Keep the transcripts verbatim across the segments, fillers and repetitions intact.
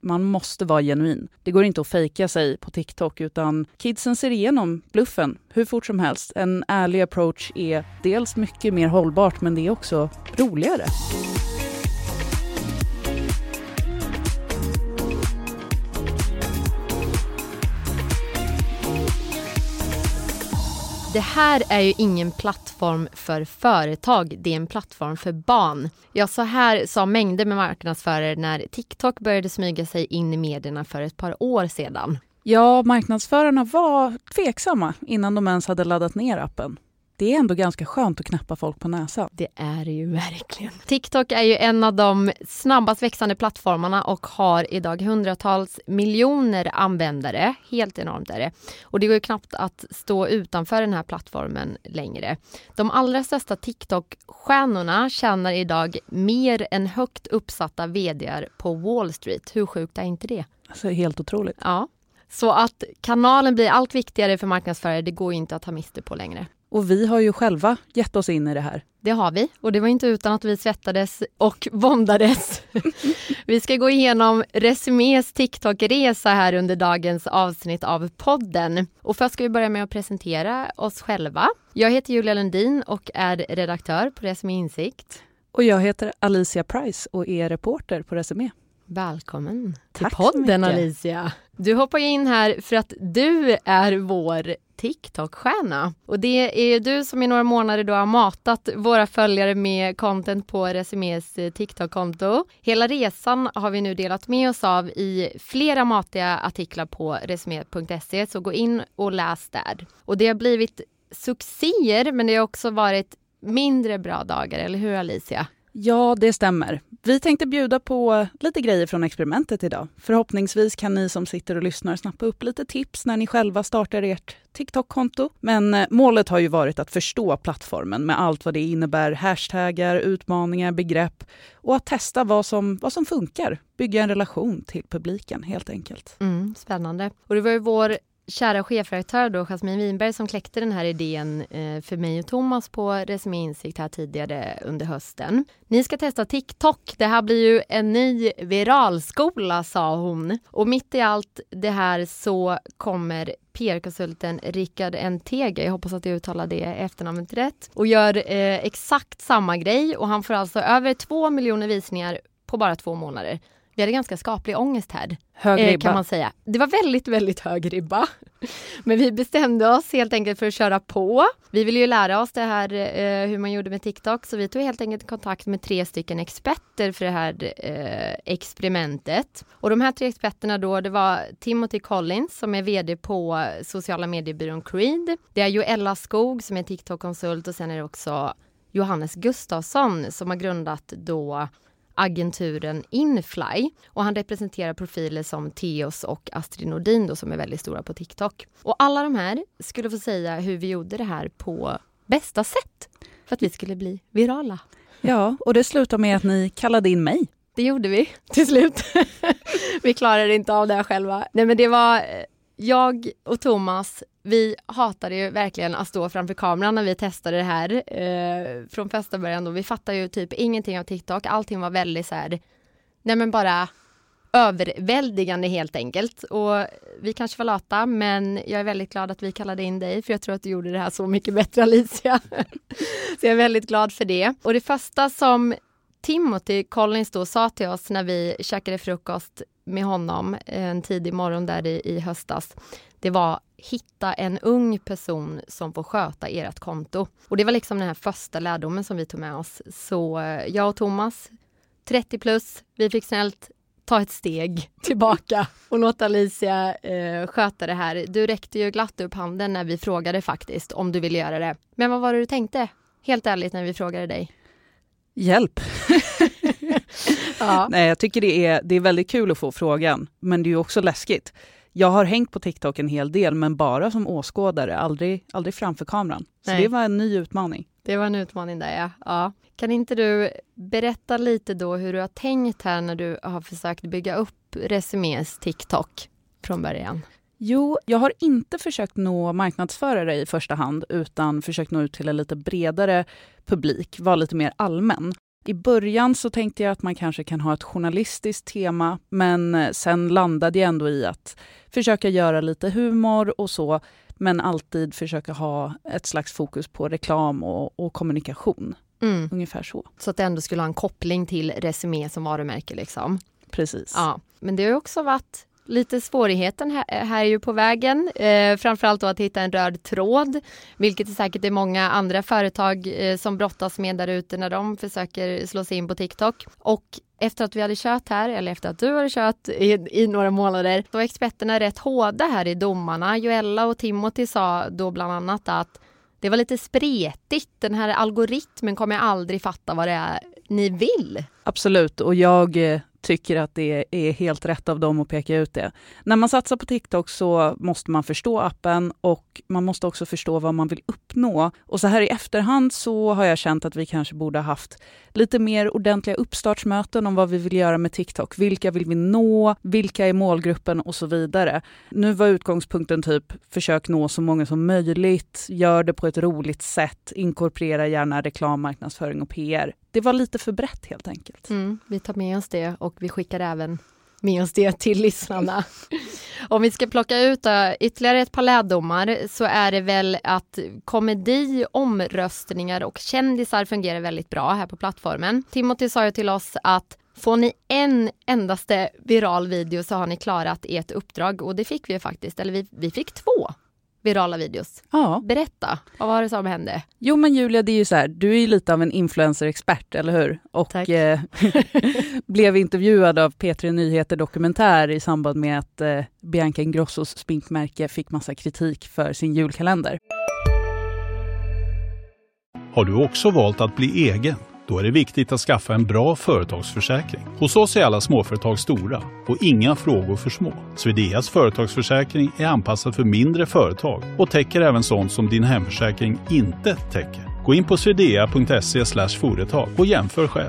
Man måste vara genuin. Det går inte att fejka sig på TikTok utan kidsen ser igenom bluffen hur fort som helst. En ärlig approach är dels mycket mer hållbart men det är också roligare. Det här är ju ingen plattform för företag, det är en plattform för barn. Ja, så här sa mängder med marknadsförare när TikTok började smyga sig in i medierna för ett par år sedan. Ja, marknadsförarna var tveksamma innan de ens hade laddat ner appen. Det är ändå ganska skönt att knappa folk på näsan. Det är det ju verkligen. TikTok är ju en av de snabbast växande plattformarna och har idag hundratals miljoner användare. Helt enormt är det. Och det går ju knappt att stå utanför den här plattformen längre. De allra största TikTok-stjärnorna tjänar idag mer än högt uppsatta vd:ar på Wall Street. Hur sjukt är inte det? Alltså helt otroligt. Ja. Så att kanalen blir allt viktigare för marknadsförare, det går ju inte att ta miste på längre. Och vi har ju själva gett oss in i det här. Det har vi. Och det var inte utan att vi svettades och våndades. Vi ska gå igenom Resumés TikTok-resa här under dagens avsnitt av podden. Och först ska vi börja med att presentera oss själva. Jag heter Julia Lundin och är redaktör på Resumé Insikt. Och jag heter Alicia Price och är reporter på Resumé. Välkommen till Tack podden, Alicia. Du hoppar in här för att du är vår TikTok-stjärna. Och det är du som i några månader då har matat våra följare med content på Resumés TikTok-konto. Hela resan har vi nu delat med oss av i flera matiga artiklar på resumé punkt se. Så gå in och läs där. Och det har blivit succéer, men det har också varit mindre bra dagar, eller hur Alicia? Ja, det stämmer. Vi tänkte bjuda på lite grejer från experimentet idag. Förhoppningsvis kan ni som sitter och lyssnar snappa upp lite tips när ni själva startar ert TikTok-konto. Men målet har ju varit att förstå plattformen med allt vad det innebär. Hashtaggar, utmaningar, begrepp och att testa vad som, vad som funkar. Bygga en relation till publiken helt enkelt. Mm, spännande. Och det var ju vår kära chefredaktör då, Jasmin Winberg, som kläckte den här idén eh, för mig och Thomas på Resumé Insikt här tidigare under hösten. Ni ska testa TikTok. Det här blir ju en ny viralskola, sa hon. Och mitt i allt det här så kommer P R-konsulten Rickard Entege, jag hoppas att jag uttalar det efternamnet rätt, och gör eh, exakt samma grej. Och han får alltså över två miljoner visningar på bara två månader. Vi hade ganska skaplig ångest här, hög ribba. kan man säga. Det var väldigt, väldigt hög ribba. Men vi bestämde oss helt enkelt för att köra på. Vi ville ju lära oss det här eh, hur man gjorde med TikTok. Så vi tog helt enkelt kontakt med tre stycken experter för det här eh, experimentet. Och de här tre experterna då, det var Timothy Collins som är vd på sociala mediebyrån Creed. Det är Joella Skog som är TikTok-konsult och sen är det också Johannes Gustafsson som har grundat då agenturen Infly, och han representerar profiler som Theos och Astrid Nordin då, som är väldigt stora på TikTok. Och alla de här skulle få säga hur vi gjorde det här på bästa sätt för att vi skulle bli virala. Ja, och det slutar med att ni kallade in mig. Det gjorde vi till slut. Vi klarade inte av det här själva. Nej, men det var jag och Thomas. Vi hatade ju verkligen att stå framför kameran när vi testade det här eh, från första början. Då. Vi fattade ju typ ingenting av TikTok. Allting var väldigt så här, nej men bara överväldigande helt enkelt. Och vi kanske var lata, men jag är väldigt glad att vi kallade in dig. För jag tror att du gjorde det här så mycket bättre, Alicia. Så jag är väldigt glad för det. Och det första som Timothy Collins då sa till oss när vi käkade frukost med honom en tidig morgon där i, i höstas, det var hitta en ung person som får sköta ert konto. Och det var liksom den här första lärdomen som vi tog med oss. Så jag och Thomas, trettio plus, vi fick snällt ta ett steg tillbaka och låta Alicia eh, sköta det här. Du räckte ju glatt upp handen när vi frågade faktiskt om du ville göra det. Men vad var det du tänkte? Helt ärligt när vi frågade dig. Hjälp! Ja. Nej, jag tycker det är, det är väldigt kul att få frågan, men det är ju också läskigt. Jag har hängt på TikTok en hel del, men bara som åskådare, aldrig, aldrig framför kameran. Så Nej. Det var en ny utmaning. Det var en utmaning där, ja. ja. Kan inte du berätta lite då hur du har tänkt här när du har försökt bygga upp Resumés TikTok från början? Jo, jag har inte försökt nå marknadsförare i första hand, utan försökt nå ut till en lite bredare publik, vara lite mer allmän. I början så tänkte jag att man kanske kan ha ett journalistiskt tema, men sen landade jag ändå i att försöka göra lite humor och så, men alltid försöka ha ett slags fokus på reklam och, och kommunikation. Mm. Ungefär så. Så att det ändå skulle ha en koppling till Resumé som varumärke liksom. Precis. Ja, men det har ju också varit lite svårigheten här, här är ju på vägen. Eh, framförallt då att hitta en röd tråd. Vilket är säkert är många andra företag eh, som brottas med där ute när de försöker slå sig in på TikTok. Och efter att vi hade kört här, eller efter att du hade kört i, i några månader, då är experterna rätt hårda här i domarna. Joella och Timothy sa då bland annat att det var lite spretigt. Den här algoritmen kommer jag aldrig fatta vad det är ni vill. Absolut, och jag tycker att det är helt rätt av dem att peka ut det. När man satsar på TikTok så måste man förstå appen och man måste också förstå vad man vill uppnå. Och så här i efterhand så har jag känt att vi kanske borde ha haft lite mer ordentliga uppstartsmöten om vad vi vill göra med TikTok. Vilka vill vi nå? Vilka är målgruppen? Och så vidare. Nu var utgångspunkten typ försök nå så många som möjligt. Gör det på ett roligt sätt. Inkorporera gärna reklam, marknadsföring och P R. Det var lite för brett helt enkelt. Mm, vi tar med oss det och vi skickar även med oss det till lyssnarna. Om vi ska plocka ut uh, ytterligare ett par lärdomar så är det väl att komedi, omröstningar och kändisar fungerar väldigt bra här på plattformen. Timothy sa ju till oss att får ni en endaste viral video så har ni klarat ert uppdrag och det fick vi ju faktiskt, eller vi, vi fick två virala videos. Ja. Berätta, vad var det som hände? Jo men Julia, det är ju så här, du är ju lite av en influencer-expert, eller hur? Och eh, blev intervjuad av P tre Nyheter Dokumentär i samband med att eh, Bianca Ingrossos sminkmärke fick massa kritik för sin julkalender. Har du också valt att bli egen? Då är det viktigt att skaffa en bra företagsförsäkring. Hos oss är alla småföretag stora och inga frågor för små. Swedeas företagsförsäkring är anpassad för mindre företag och täcker även sånt som din hemförsäkring inte täcker. Gå in på swedea punkt se slash företag och jämför själv.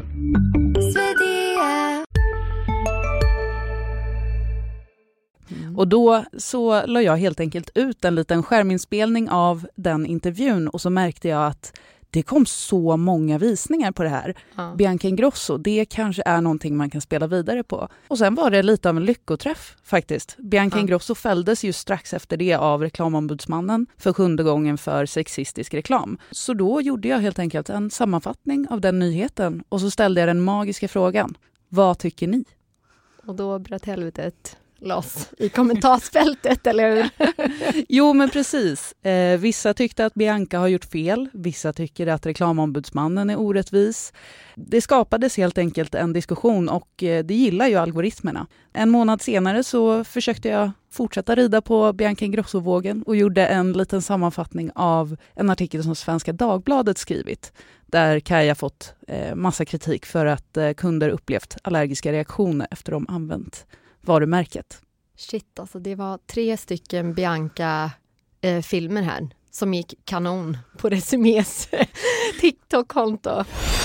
Mm. Och då så la jag helt enkelt ut en liten skärminspelning av den intervjun och så märkte jag att det kom så många visningar på det här. Ja. Bianca Ingrosso, det kanske är någonting man kan spela vidare på. Och sen var det lite av en lyckoträff faktiskt. Bianca ja. Ingrosso fälldes ju strax efter det av reklamombudsmannen för sjunde gången för sexistisk reklam. Så då gjorde jag helt enkelt en sammanfattning av den nyheten och så ställde jag den magiska frågan. Vad tycker ni? Och då bröt helvetet loss i kommentarsfältet, eller hur? Jo, men precis. Eh, vissa tyckte att Bianca har gjort fel. Vissa tycker att reklamombudsmannen är orättvis. Det skapades helt enkelt en diskussion och eh, det gillar ju algoritmerna. En månad senare så försökte jag fortsätta rida på Bianca Ingrosso-vågen och gjorde en liten sammanfattning av en artikel som Svenska Dagbladet skrivit. Där Kaja fått eh, massa kritik för att eh, kunder upplevt allergiska reaktioner efter de använt varumärket. Shit, alltså det var tre stycken Bianca-filmer eh, här som gick kanon på Resumés TikTok-konto.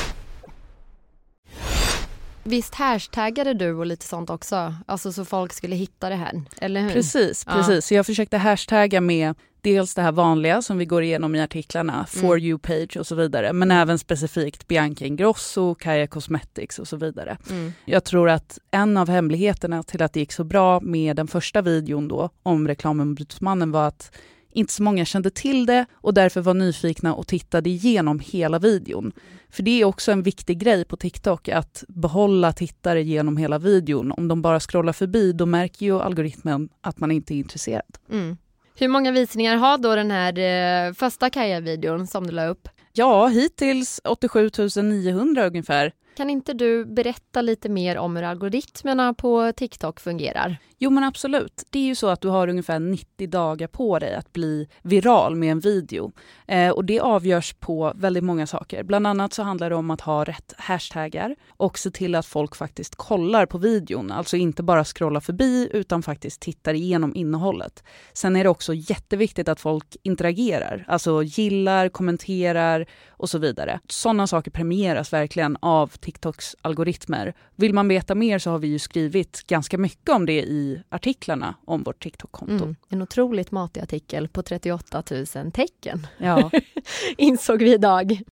Visst hashtaggade du och lite sånt också? Alltså så folk skulle hitta det här, eller hur? Precis, precis. Ja. Så jag försökte hashtagga med dels det här vanliga som vi går igenom i artiklarna, for mm. you page och så vidare. Men även specifikt Bianca Ingrosso, Kaja Cosmetics och så vidare. Mm. Jag tror att en av hemligheterna till att det gick så bra med den första videon då om reklamombudsmannen var att inte så många kände till det och därför var nyfikna och tittade igenom hela videon. För det är också en viktig grej på TikTok att behålla tittare genom hela videon. Om de bara scrollar förbi då märker ju algoritmen att man inte är intresserad. Mm. Hur många visningar har då den här eh, första Kaja-videon som du la upp? Ja, hittills åttiosju tusen niohundra ungefär. Kan inte du berätta lite mer om hur algoritmerna på TikTok fungerar? Jo men absolut. Det är ju så att du har ungefär nittio dagar på dig att bli viral med en video. Eh, och det avgörs på väldigt många saker. Bland annat så handlar det om att ha rätt hashtaggar och se till att folk faktiskt kollar på videon. Alltså inte bara scrolla förbi utan faktiskt tittar igenom innehållet. Sen är det också jätteviktigt att folk interagerar. Alltså gillar, kommenterar och så vidare. Sådana saker premieras verkligen av TikToks algoritmer. Vill man veta mer så har vi ju skrivit ganska mycket om det i artiklarna om vårt TikTok-konto. Mm, en otroligt matig artikel på trettioåtta tusen tecken. Ja. Insåg vi idag.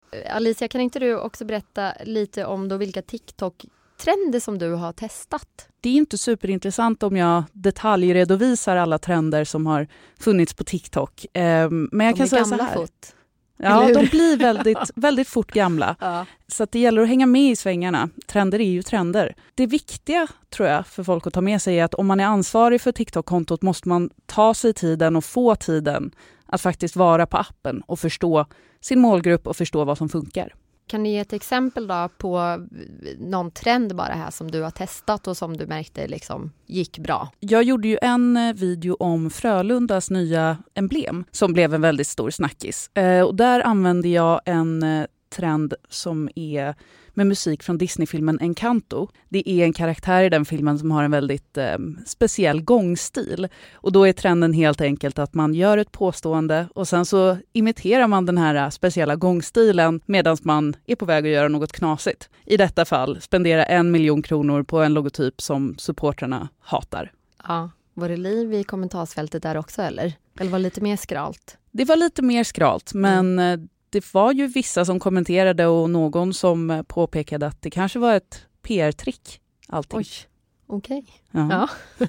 Alicia, kan inte du också berätta lite om då vilka TikTok-trender som du har testat? Det är inte superintressant om jag detaljredovisar alla trender som har funnits på TikTok. Men jag de kan säga gamla så här. Fot. Ja, de blir väldigt, väldigt fort gamla. Ja. Så att det gäller att hänga med i svängarna. Trender är ju trender. Det viktiga tror jag för folk att ta med sig är att om man är ansvarig för TikTok-kontot måste man ta sig tiden och få tiden att faktiskt vara på appen och förstå sin målgrupp och förstå vad som funkar. Kan du ge ett exempel då på någon trend bara här som du har testat och som du märkte liksom gick bra? Jag gjorde ju en video om Frölundas nya emblem som blev en väldigt stor snackis. Eh, och där använde jag en eh, trend som är med musik från Disney-filmen Encanto. Det är en karaktär i den filmen som har en väldigt eh, speciell gångstil. Och då är trenden helt enkelt att man gör ett påstående och sen så imiterar man den här speciella gångstilen medan man är på väg att göra något knasigt. I detta fall spendera en miljon kronor på en logotyp som supportrarna hatar. Ja, var det liv i kommentarsfältet där också eller? Eller var det lite mer skralt? Det var lite mer skralt, men mm. det var ju vissa som kommenterade och någon som påpekade att det kanske var ett P R-trick. Allting. Oj, okej. Okay. Ja.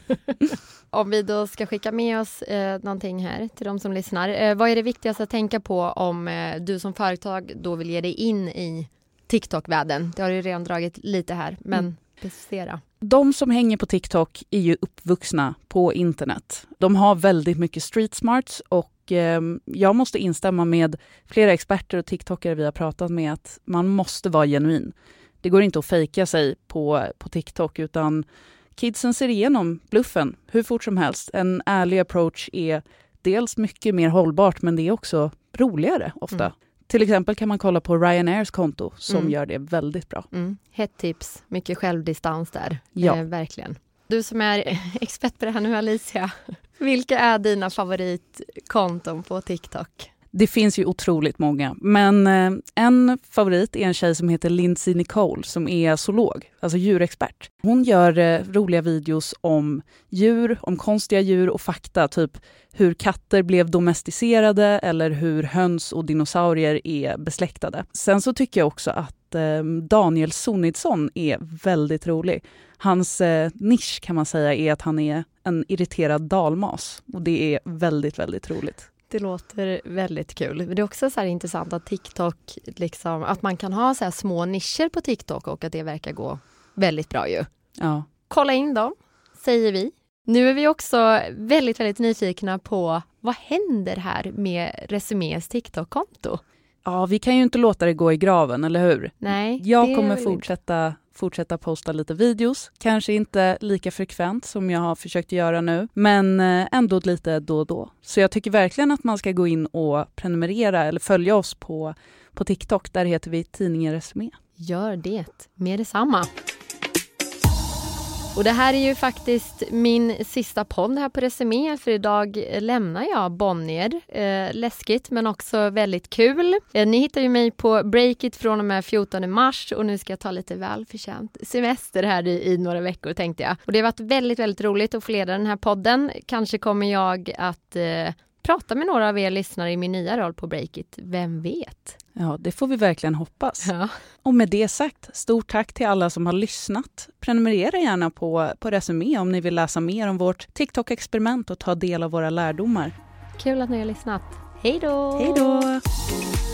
Om vi då ska skicka med oss eh, någonting här till de som lyssnar. Eh, vad är det viktigaste att tänka på om eh, du som företag då vill ge dig in i TikTok-världen? Det har du redan dragit lite här, men mm. specificera. De som hänger på TikTok är ju uppvuxna på internet. De har väldigt mycket street smarts och eh, jag måste instämma med flera experter och TikTokare vi har pratat med att man måste vara genuin. Det går inte att fejka sig på, på TikTok utan kidsen ser igenom bluffen hur fort som helst. En ärlig approach är dels mycket mer hållbart men det är också roligare ofta. Mm. Till exempel kan man kolla på Ryanairs konto som mm. gör det väldigt bra. Mm. Hett tips, mycket självdistans där. Ja. Eh, verkligen. Du som är expert på det här nu, Alicia. Vilka är dina favoritkonton på TikTok? Det finns ju otroligt många. Men eh, en favorit är en tjej som heter Lindsay Nicole som är zoolog, alltså djurexpert. Hon gör eh, roliga videos om djur, om konstiga djur och fakta. Typ hur katter blev domesticerade eller hur höns och dinosaurier är besläktade. Sen så tycker jag också att eh, Daniel Sonidsson är väldigt rolig. Hans eh, nisch kan man säga är att han är en irriterad dalmas. Och det är väldigt, väldigt roligt. Det låter väldigt kul. Det är också så här intressant att TikTok, liksom, att man kan ha så här små nischer på TikTok och att det verkar gå väldigt bra ju. Ja. Kolla in dem, säger vi. Nu är vi också väldigt, väldigt nyfikna på vad händer här med Resumés TikTok-konto? Ja, vi kan ju inte låta det gå i graven, eller hur? Nej. Jag kommer fortsätta, fortsätta posta lite videos. Kanske inte lika frekvent som jag har försökt göra nu. Men ändå lite då och då. Så jag tycker verkligen att man ska gå in och prenumerera eller följa oss på, på TikTok. Där heter vi Tidningen Resumé. Gör det. Med detsamma. Och det här är ju faktiskt min sista podd här på Resumé, för idag lämnar jag Bonnier. Eh, läskigt men också väldigt kul. Eh, ni hittar ju mig på Breakit från och med fjortonde mars och nu ska jag ta lite välförtjänt semester här i, i några veckor tänkte jag. Och det har varit väldigt, väldigt roligt att få leda den här podden. Kanske kommer jag att eh, prata med några av er lyssnare i min nya roll på Breakit. Vem vet? Ja, det får vi verkligen hoppas. Ja. Och med det sagt, stort tack till alla som har lyssnat. Prenumerera gärna på, på Resumé om ni vill läsa mer om vårt TikTok-experiment och ta del av våra lärdomar. Kul att ni har lyssnat. Hej då! Hej då!